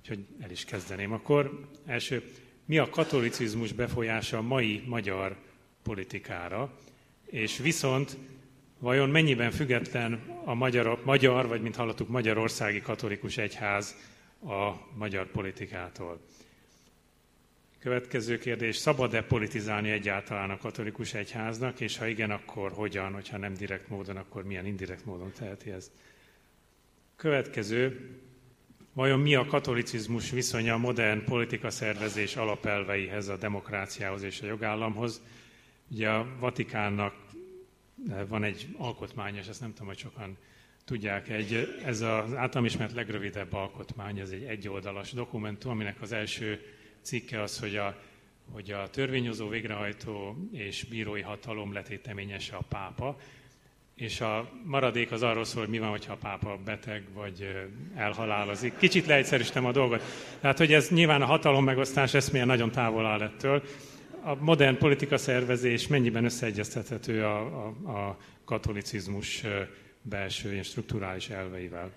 Úgyhogy el is kezdeném. Akkor első, mi a katolicizmus befolyása a mai magyar politikára, és viszont vajon mennyiben független a magyar, vagy mint hallottuk, Magyarországi Katolikus Egyház a magyar politikától? Következő kérdés, szabad-e politizálni egyáltalán a katolikus egyháznak, és ha igen, akkor hogyan, hogyha nem direkt módon, akkor milyen indirekt módon teheti ezt? Következő, vajon mi a katolicizmus viszonya a modern politikaszervezés alapelveihez, a demokráciához és a jogállamhoz? Ugye a Vatikánnak van egy alkotmány, és ezt nem tudom, hogy sokan tudják, ez az általam ismert legrövidebb alkotmány, ez egy egyoldalas dokumentum, aminek az első cikke az, hogy a törvényhozó, végrehajtó és bírói hatalom letéteményese a pápa, és a maradék az arról szól, hogy mi van, hogyha a pápa beteg vagy elhalálozik. Kicsit leegyszerűsítem a dolgot. Tehát, hogy ez nyilván a hatalommegosztás eszméje nagyon távol áll ettől. A modern politikaszervezés mennyiben összeegyeztethető a katolicizmus belső és strukturális elveivel?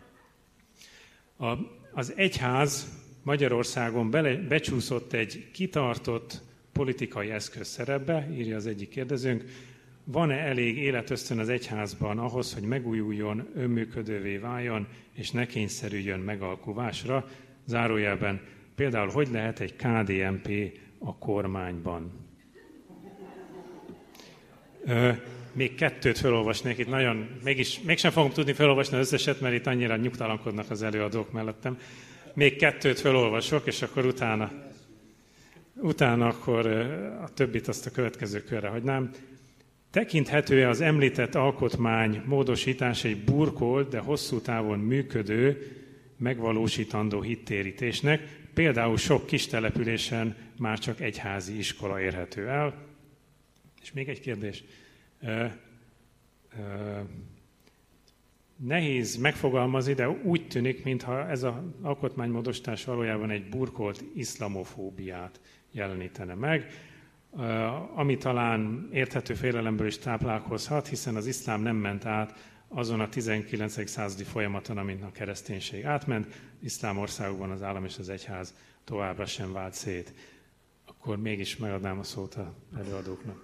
Az egyház Magyarországon becsúszott egy kitartott politikai eszközszerepbe, írja az egyik kérdezőnk. Van-e elég életösztön az egyházban ahhoz, hogy megújuljon, önműködővé váljon, és ne kényszerüljön megalkuvásra? Zárójelben például, hogy lehet egy KDNP a kormányban? Még kettőt felolvasnék, itt nagyon, mégsem fogom tudni felolvasni az összeset, mert itt annyira nyugtalankodnak az előadók mellettem. Még kettőt felolvasok, és akkor utána akkor a többit azt a következő körre hagynám. Tekinthető-e az említett alkotmány módosítás egy burkolt, de hosszú távon működő, megvalósítandó hittérítésnek? Például sok kis településen már csak egyházi iskola érhető el. És még egy kérdés. Nehéz megfogalmazni, de úgy tűnik, mintha ez az alkotmánymódosítás valójában egy burkolt iszlamofóbiát jelenítene meg, ami talán érthető félelemből is táplálkozhat, hiszen az iszlám nem ment át azon a 19. századi folyamaton, amin a kereszténység átment. Iszlám országokban az állam és az egyház továbbra sem vált szét. Akkor mégis megadnám a szót az előadóknak.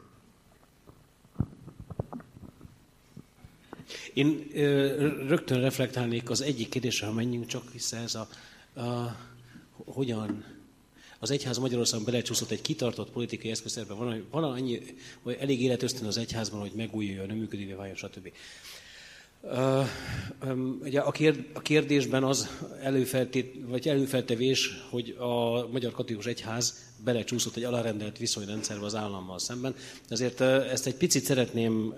Én rögtön reflektálnék az egyik kérdésre, ha menjünk csak vissza, ez hogyan az egyház Magyarországon belecsúszott egy kitartott politikai eszközszerbe, van annyi, vagy elég életösztön az egyházban, hogy megújuljon, nem működővé váljon, stb. Ugye a kérdésben az előfeltevés, hogy a Magyar Katolikus Egyház belecsúszott egy alárendelt viszonyrendszerbe az állammal szemben. Ezért ezt egy picit szeretném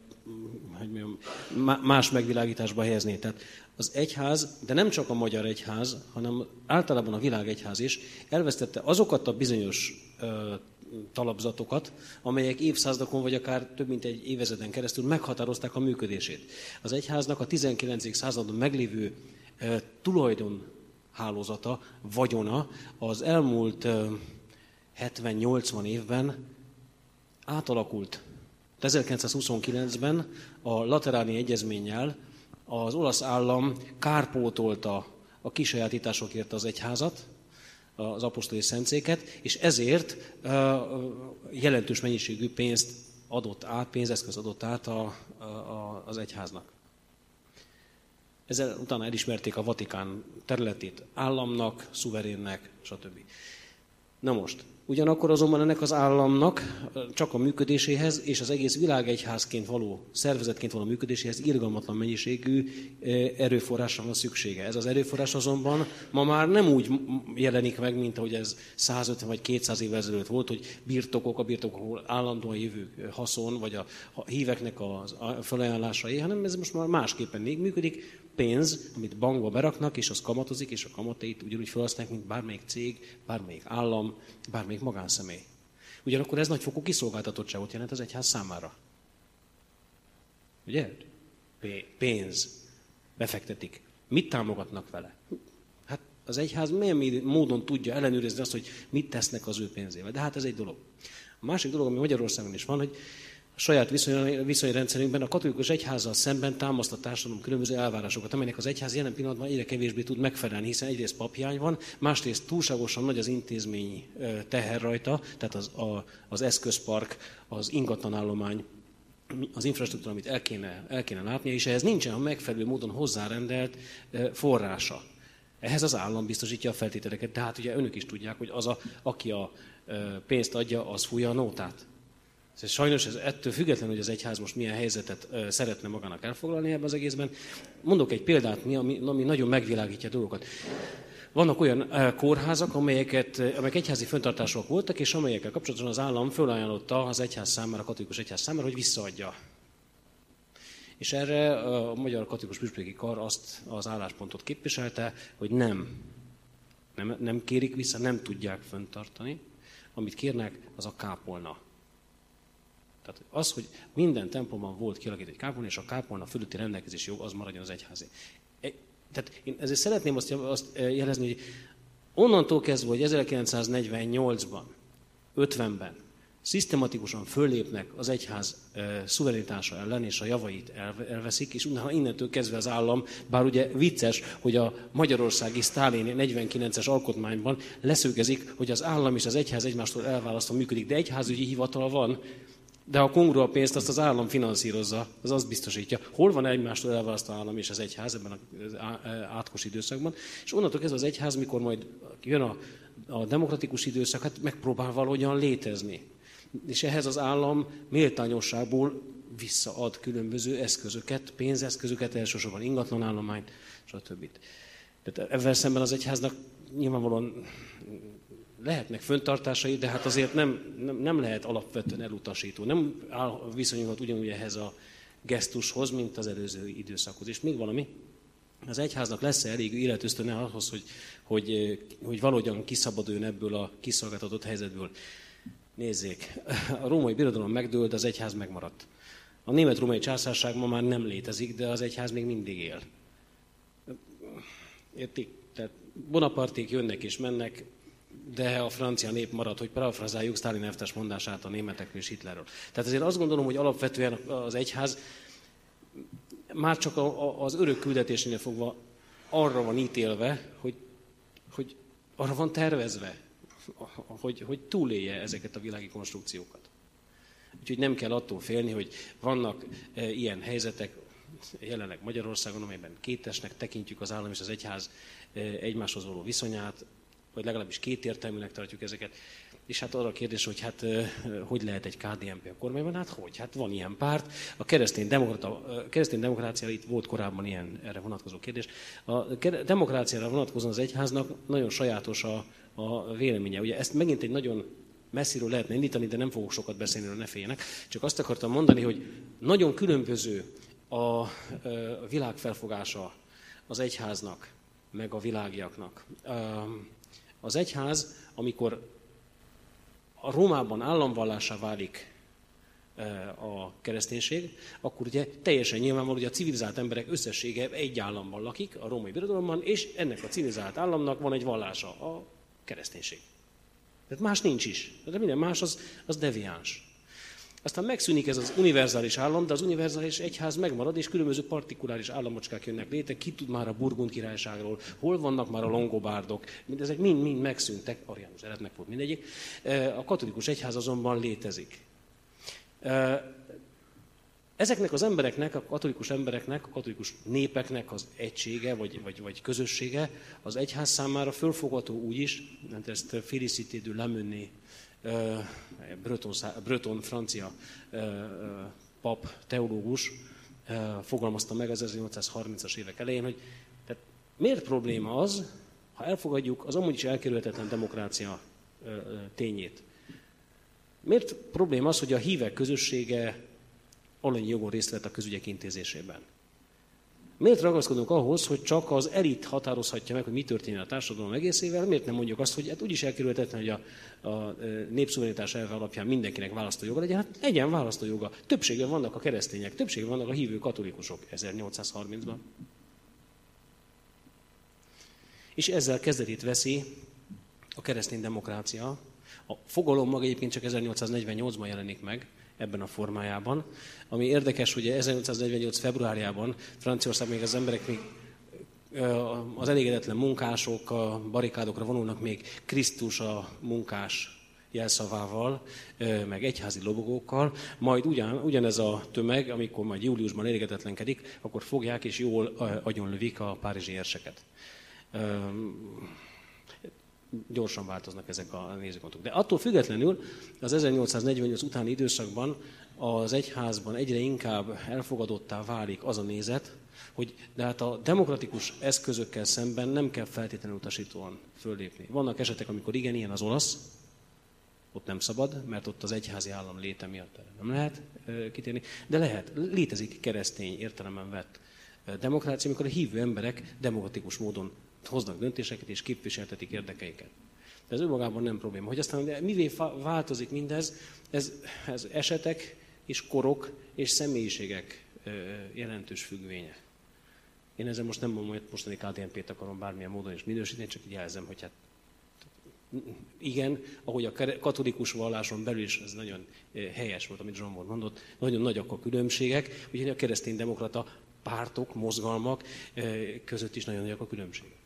más megvilágításba helyezni. Tehát az egyház, de nem csak a magyar egyház, hanem általában a világegyház is elvesztette azokat a bizonyos talapzatokat, amelyek évszázadokon vagy akár több mint egy évezreden keresztül meghatározták a működését. Az egyháznak a 19. századon meglévő tulajdonhálózata, vagyona az elmúlt 70-80 évben átalakult. 1929-ben a Lateráni Egyezménnyel az olasz állam kárpótolta a kisajátításokért az egyházat, az apostoli szentszéket, és ezért jelentős mennyiségű pénzt adott át, pénzeszköz adott át az egyháznak. Ezzel utána elismerték a Vatikán területét államnak, szuverénnek, stb. Na most, ugyanakkor azonban ennek az államnak csak a működéséhez és az egész világegyházként való, szervezetként való működéséhez irgalmatlan mennyiségű erőforrásra van szüksége. Ez az erőforrás azonban ma már nem úgy jelenik meg, mint ahogy ez 150 vagy 200 évvel ezelőtt volt, hogy a birtokokból állandóan jövő haszon, vagy a híveknek a felajánlásai, hanem ez most már másképpen működik. Pénz, amit bankba beraknak, és az kamatozik, és a kamatait ugyanúgy felhasználják, mint bármelyik cég, bármelyik állam, bármelyik magánszemély. Ugyanakkor ez nagyfokú kiszolgáltatottságot jelent az egyház számára. Ugye? Pénz. Befektetik. Mit támogatnak vele? Hát az egyház milyen módon tudja ellenőrizni azt, hogy mit tesznek az ő pénzével. De hát ez egy dolog. A másik dolog, ami Magyarországon is van, hogy a saját viszonyrendszerünkben a katolikus egyházzal szemben támaszt a társadalom különböző elvárásokat, amelynek az egyház jelen pillanatban egyre kevésbé tud megfelelni, hiszen egyrészt paphiány van, másrészt túlságosan nagy az intézményi teher rajta, tehát az eszközpark, az ingatlanállomány, az infrastruktúra, amit el kéne látnia, és ehhez nincsen a megfelelő módon hozzárendelt forrása. Ehhez az állam biztosítja a feltételeket, de hát ugye önök is tudják, hogy aki a pénzt adja, az fújja a nótát. Sajnos ez ettől függetlenül, hogy az egyház most milyen helyzetet szeretne magának elfoglalni ebben az egészben. Mondok egy példát, ami nagyon megvilágítja a dolgokat. Vannak olyan kórházak, amelyek egyházi fenntartások voltak, és amelyekkel kapcsolatban az állam fölajánlotta az egyház számára, a katolikus egyház számára, hogy visszaadja. És erre a Magyar Katolikus Püspöki Kar azt az álláspontot képviselte, hogy nem kérik vissza, nem tudják fenntartani. Amit kérnek, az a kápolna. Tehát az, hogy minden templomban volt kialakítva egy kápolna, és a kápolna fölötti rendelkezési jog, az maradjon az egyházé. Tehát én ezért szeretném azt jelezni, hogy onnantól kezdve, hogy 1948-ban, 50-ben szisztematikusan föllépnek az egyház szuverenitása ellen, és a javait elveszik, és innentől kezdve az állam, bár ugye vicces, hogy a magyarországi sztálini 49-es alkotmányban leszögezik, hogy az állam és az egyház egymástól elválasztva működik, de egyházügyi hivatal van, de a kongrua pénzt azt az állam finanszírozza, az azt biztosítja. Hol van egymástól elválasztva állam és az egyház ebben az átkos időszakban, és onnantól kezdve az egyház, mikor majd jön a demokratikus időszak, hát megpróbál valahogyan létezni. És ehhez az állam méltányosságból visszaad különböző eszközöket, pénzeszközöket, elsősorban ingatlanállományt, stb. Tehát ezzel szemben az egyháznak nyilvánvalóan lehetnek fenntartásai, de hát azért nem lehet alapvetően elutasító. Nem viszonyulhat ugyanúgy ehhez a gesztushoz, mint az előző időszakhoz. És még valami, az egyháznak lesz-e elég életösztöne ahhoz, hogy valahogyan kiszabaduljon ebből a kiszolgáltatott helyzetből. Nézzék, a római birodalom megdőlt, az egyház megmaradt. A német-római császárság ma már nem létezik, de az egyház még mindig él. Értik? Tehát Bonaparték jönnek és mennek, de a francia nép marad, hogy parafrazáljuk Sztálin elvtárs mondását a németekről és Hitlerről. Tehát azért azt gondolom, hogy alapvetően az egyház már csak az örök küldetésnél fogva arra van ítélve, hogy arra van tervezve, hogy túlélje ezeket a világi konstrukciókat. Úgyhogy nem kell attól félni, hogy vannak ilyen helyzetek jelenleg Magyarországon, amelyben kétesnek tekintjük az állam és az egyház egymáshoz való viszonyát, vagy legalábbis kétértelműnek tartjuk ezeket. És hát arra a kérdés, hogy hogy lehet egy KDNP a kormányban? Hát hogy? Hát van ilyen párt. A keresztény demokrácia, itt volt korábban ilyen erre vonatkozó kérdés. A demokráciára vonatkozóan az egyháznak nagyon sajátos a véleménye. Ugye ezt megint egy nagyon messziről lehetne indítani, de nem fogok sokat beszélni, ne féljenek. Csak azt akartam mondani, hogy nagyon különböző a világ felfogása az egyháznak, meg a világiaknak. Az egyház, amikor a Rómában államvallássá válik a kereszténység, akkor ugye teljesen nyilvánvaló, hogy a civilizált emberek összessége egy államban lakik, a római birodalomban, és ennek a civilizált államnak van egy vallása, a kereszténység. Tehát más nincs is. De minden más az deviáns. Aztán megszűnik ez az univerzális állam, de az univerzális egyház megmarad, és különböző partikuláris államocskák jönnek létre. Ki tud már a Burgund királyságról, hol vannak már a longobárdok, ezek mind megszűntek, ariánus eredetnek volt mindegyik. A katolikus egyház azonban létezik. Ezeknek az embereknek, a katolikus embereknek, a katolikus népeknek az egysége, vagy közössége az egyház számára fölfogható úgy is, mert ezt Félicité de Lamennais, breton francia pap, teológus fogalmazta meg az 1830-as évek elején, hogy tehát miért probléma az, ha elfogadjuk az amúgy is elkerülhetetlen demokrácia tényét. Miért probléma az, hogy a hívek közössége alanyi jogon részt vett a közügyek intézésében? Miért ragaszkodunk ahhoz, hogy csak az elit határozhatja meg, hogy mi történjen a társadalom egészével? Miért nem mondjuk azt, hogy hát úgyis elkerülhetetlen, hogy a népszuverenitás elve alapján mindenkinek választójoga legyen? Hát legyen választójoga. Többségben vannak a keresztények, többségben vannak a hívő katolikusok 1830-ban. És ezzel kezdetét veszi a keresztény demokrácia. A fogalom maga egyébként csak 1848-ban jelenik meg, ebben a formájában. Ami érdekes, hogy 1848. februárjában Franciaország még az emberek még az elégedetlen munkások a barikádokra vonulnak még Krisztus a munkás jelszavával, meg egyházi lobogókkal, majd ugyanez a tömeg, amikor majd júliusban elégedetlenkedik, akkor fogják és jól agyonlövik a párizsi érseket. Gyorsan változnak ezek a nézőpontok. De attól függetlenül az 1848 utáni időszakban az egyházban egyre inkább elfogadottá válik az a nézet, hogy de hát a demokratikus eszközökkel szemben nem kell feltétlenül utasítóan föllépni. Vannak esetek, amikor igen, ilyen az olasz, ott nem szabad, mert ott az egyházi állam léte miatt nem lehet kitérni, de lehet, létezik keresztény értelemben vett demokrácia, amikor a hívő emberek demokratikus módon hoznak döntéseket és képviseltetik érdekeiket. De ez önmagában nem probléma. Hogy aztán mivé változik mindez, ez esetek és korok és személyiségek jelentős függvénye. Én ezzel most nem a mostani KDNP-t akarom bármilyen módon is minősíteni, csak így jelzem, hogy hát igen, ahogy a katolikus valláson belül is, ez nagyon helyes volt, amit Zsombor mondott, nagyon nagyok a különbségek, úgyhogy a kereszténydemokrata pártok, mozgalmak között is nagyon nagyok a különbségek.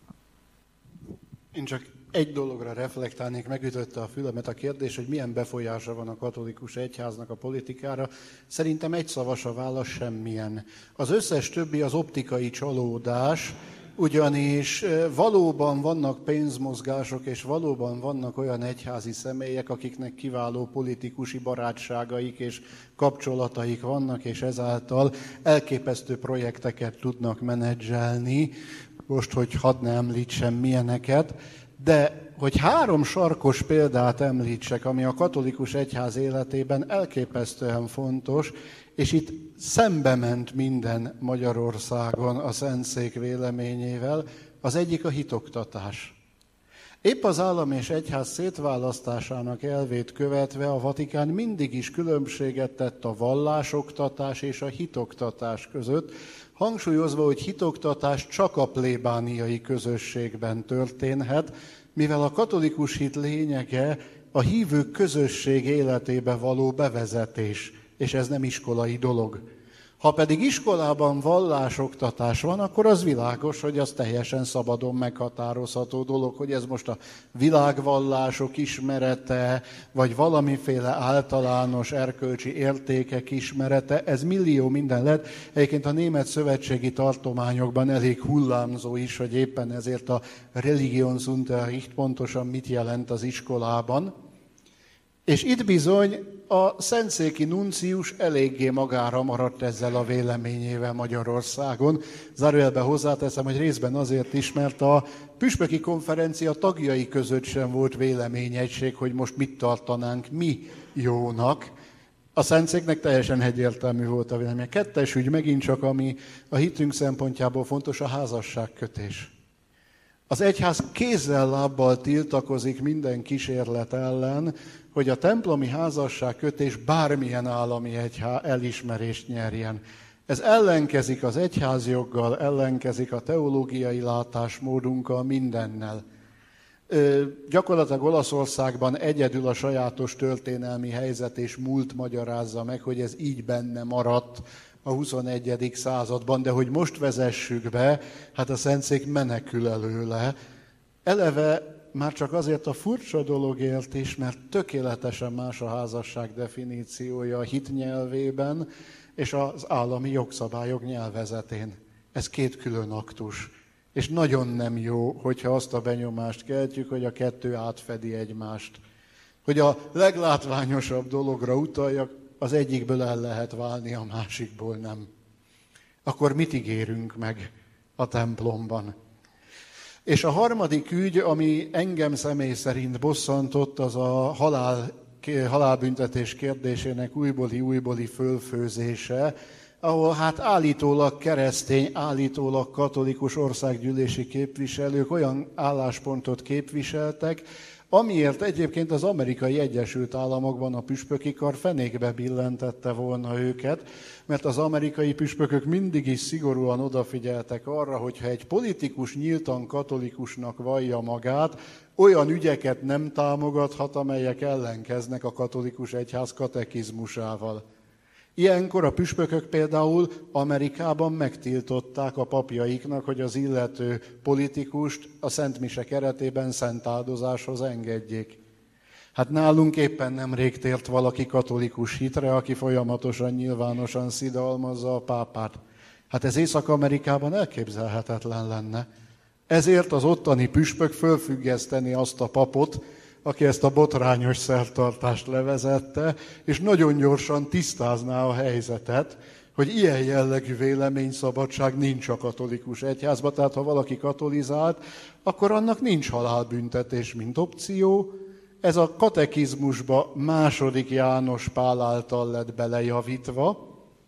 Én csak egy dologra reflektálnék, megütötte a fülemet a kérdés, hogy milyen befolyása van a katolikus egyháznak a politikára. Szerintem egyszavas a válasz, semmilyen. Az összes többi az optikai csalódás, ugyanis valóban vannak pénzmozgások, és valóban vannak olyan egyházi személyek, akiknek kiváló politikusi barátságaik és kapcsolataik vannak, és ezáltal elképesztő projekteket tudnak menedzselni. Most, hogy hadd ne említsem milyeneket, de hogy 3 sarkos példát említsek, ami a katolikus egyház életében elképesztően fontos, és itt szembe ment minden Magyarországon a Szentszék véleményével, az egyik a hitoktatás. Épp az állam és egyház szétválasztásának elvét követve a Vatikán mindig is különbséget tett a vallásoktatás és a hitoktatás között, hangsúlyozva, hogy hitoktatás csak a plébániai közösségben történhet, mivel a katolikus hit lényege a hívők közösség életébe való bevezetés, és ez nem iskolai dolog. Ha pedig iskolában vallásoktatás van, akkor az világos, hogy az teljesen szabadon meghatározható dolog, hogy ez most a világvallások ismerete, vagy valamiféle általános erkölcsi értékek ismerete, ez millió minden lett. Egyébként a német szövetségi tartományokban elég hullámzó is, hogy éppen ezért a Religionsunterricht pontosan mit jelent az iskolában. És itt bizony a szentszéki nuncius eléggé magára maradt ezzel a véleményével Magyarországon. Zárójelbe hozzáteszem, hogy részben azért is, mert a püspöki konferencia tagjai között sem volt véleményegység, hogy most mit tartanánk mi jónak. A szentszéknek teljesen egyértelmű volt a vélemény. 2. ügy megint csak, ami a hitünk szempontjából fontos, a házasságkötés. Az egyház kézzel-lábbal tiltakozik minden kísérlet ellen, hogy a templomi házasságkötés bármilyen állami elismerést nyerjen. Ez ellenkezik az egyházjoggal, ellenkezik a teológiai látásmódunkkal, mindennel. Gyakorlatilag Olaszországban egyedül a sajátos történelmi helyzet és múlt magyarázza meg, hogy ez így benne maradt a 21. században, de hogy most vezessük be, hát a Szentszék menekül előle. Eleve már csak azért a furcsa dologért is, mert tökéletesen más a házasság definíciója a hit nyelvében és az állami jogszabályok nyelvezetén. Ez 2 külön aktus. És nagyon nem jó, hogyha azt a benyomást keltjük, hogy a 2 átfedi egymást. Hogy a leglátványosabb dologra utaljak, az egyikből el lehet válni, a másikból nem. Akkor mit ígérünk meg a templomban? És a 3. ügy, ami engem személy szerint bosszantott, az a halálbüntetés kérdésének újbóli fölfőzése, ahol hát állítólag keresztény, állítólag katolikus országgyűlési képviselők olyan álláspontot képviseltek, amiért egyébként az Amerikai Egyesült Államokban a püspöki kar fenékbe billentette volna őket, mert az amerikai püspökök mindig is szigorúan odafigyeltek arra, hogyha egy politikus nyíltan katolikusnak vallja magát, olyan ügyeket nem támogathat, amelyek ellenkeznek a katolikus egyház katekizmusával. Ilyenkor a püspökök például Amerikában megtiltották a papjaiknak, hogy az illető politikust a Szent Mise keretében szent áldozáshoz engedjék. Hát nálunk éppen nemrég tért valaki katolikus hitre, aki folyamatosan nyilvánosan szidalmazza a pápát. Hát ez Észak-Amerikában elképzelhetetlen lenne. Ezért az ottani püspök fölfüggeszteni azt a papot, aki ezt a botrányos szertartást levezette, és nagyon gyorsan tisztázná a helyzetet, hogy ilyen jellegű véleményszabadság nincs a katolikus egyházban, tehát ha valaki katolizált, akkor annak nincs halálbüntetés, mint opció. Ez a katekizmusba II. János Pál által lett belejavítva.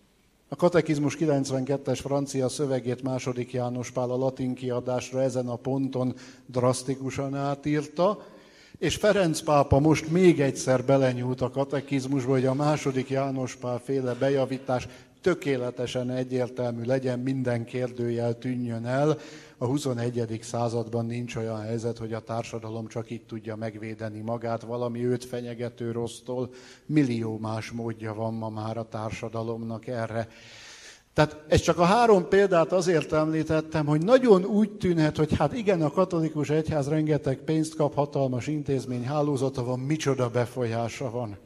A katekizmus 92-es francia szövegét II. János Pál a latin kiadásra ezen a ponton drasztikusan átírta, és Ferenc pápa most még egyszer belenyúlt a katekizmusba, hogy a II. János Pál féle bejavítás tökéletesen egyértelmű legyen, minden kérdőjel tűnjön el. A 21. században nincs olyan helyzet, hogy a társadalom csak itt tudja megvédeni magát valami őt fenyegető rossztól. Millió más módja van ma már a társadalomnak erre. Tehát ezt csak a 3 példát azért említettem, hogy nagyon úgy tűnhet, hogy hát igen, a katolikus egyház rengeteg pénzt kap, hatalmas intézményhálózata van, micsoda befolyása van.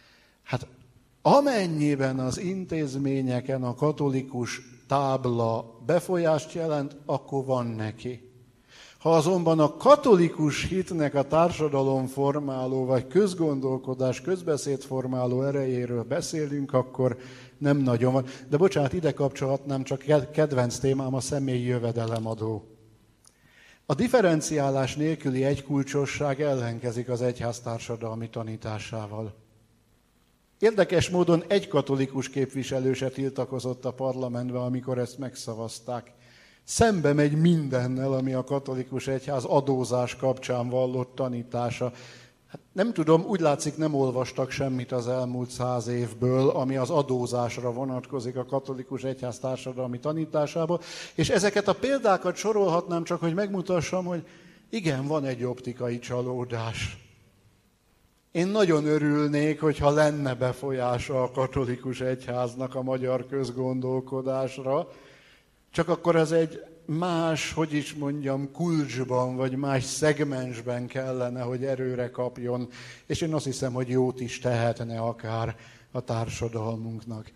Hát amennyiben az intézményeken a katolikus tábla befolyást jelent, akkor van neki. Ha azonban a katolikus hitnek a társadalomformáló vagy közgondolkodás, közbeszédformáló erejéről beszélünk, akkor nem nagyon van. De bocsánat, ide kapcsolhatnám, csak kedvenc témám a személyi jövedelemadó. A differenciálás nélküli egykulcsosság ellenkezik az egyház társadalmi tanításával. Érdekes módon egy katolikus képviselő se tiltakozott a parlamentben, amikor ezt megszavazták. Szembe megy mindennel, ami a katolikus egyház adózás kapcsán vallott tanítása. Hát nem tudom, úgy látszik, nem olvastak semmit az elmúlt 100 évből, ami az adózásra vonatkozik a katolikus egyház társadalmi tanításából, és ezeket a példákat sorolhatnám csak, hogy megmutassam, hogy igen, van egy optikai csalódás. Én nagyon örülnék, hogyha lenne befolyása a katolikus egyháznak a magyar közgondolkodásra, csak akkor ez egy más, hogy is mondjam, kulcsban, vagy más szegmensben kellene, hogy erőre kapjon, és én azt hiszem, hogy jót is tehetne akár a társadalmunknak.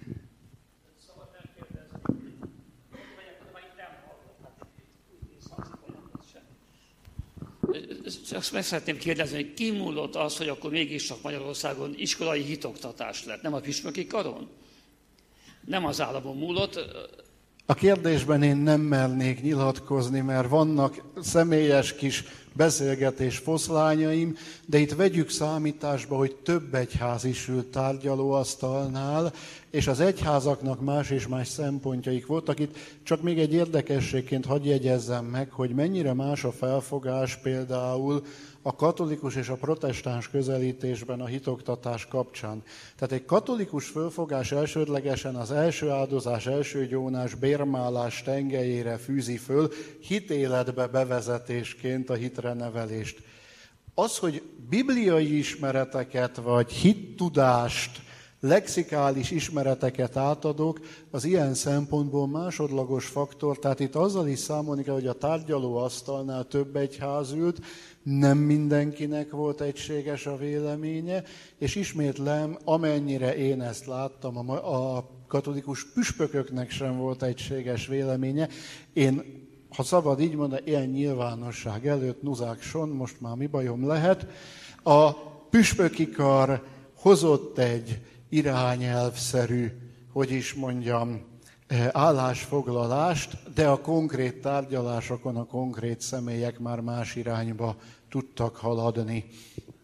Csak meg szeretném kérdezni, hogy kimúlott az, hogy akkor mégiscsak Magyarországon iskolai hitoktatás lett, nem a püspöki karon? Nem az államon múlott. A kérdésben én nem mernék nyilatkozni, mert vannak személyes kis beszélgetés foszlányaim, de itt vegyük számításba, hogy több egyház is ült tárgyalóasztalnál, és az egyházaknak más és más szempontjaik voltak. Itt csak még egy érdekességként hadd jegyezzem meg, hogy mennyire más a felfogás például a katolikus és a protestáns közelítésben a hitoktatás kapcsán. Tehát egy katolikus fölfogás elsődlegesen az első áldozás, első gyónás, bérmálás tengelyére fűzi föl, hitéletbe bevezetésként a hitre nevelést. Az, hogy bibliai ismereteket vagy hittudást, lexikális ismereteket átadok, az ilyen szempontból másodlagos faktor, tehát itt azzal is számolni kell, hogy a tárgyalóasztalnál több egyház ült, nem mindenkinek volt egységes a véleménye, és ismétlem, amennyire én ezt láttam, a katolikus püspököknek sem volt egységes véleménye. Én, ha szabad így mondani, ilyen nyilvánosság előtt nuzákson, most már mi bajom lehet, a püspöki kar hozott egy irányelvszerű, hogy is mondjam, állásfoglalást, de a konkrét tárgyalásokon a konkrét személyek már más irányba tudtak haladni.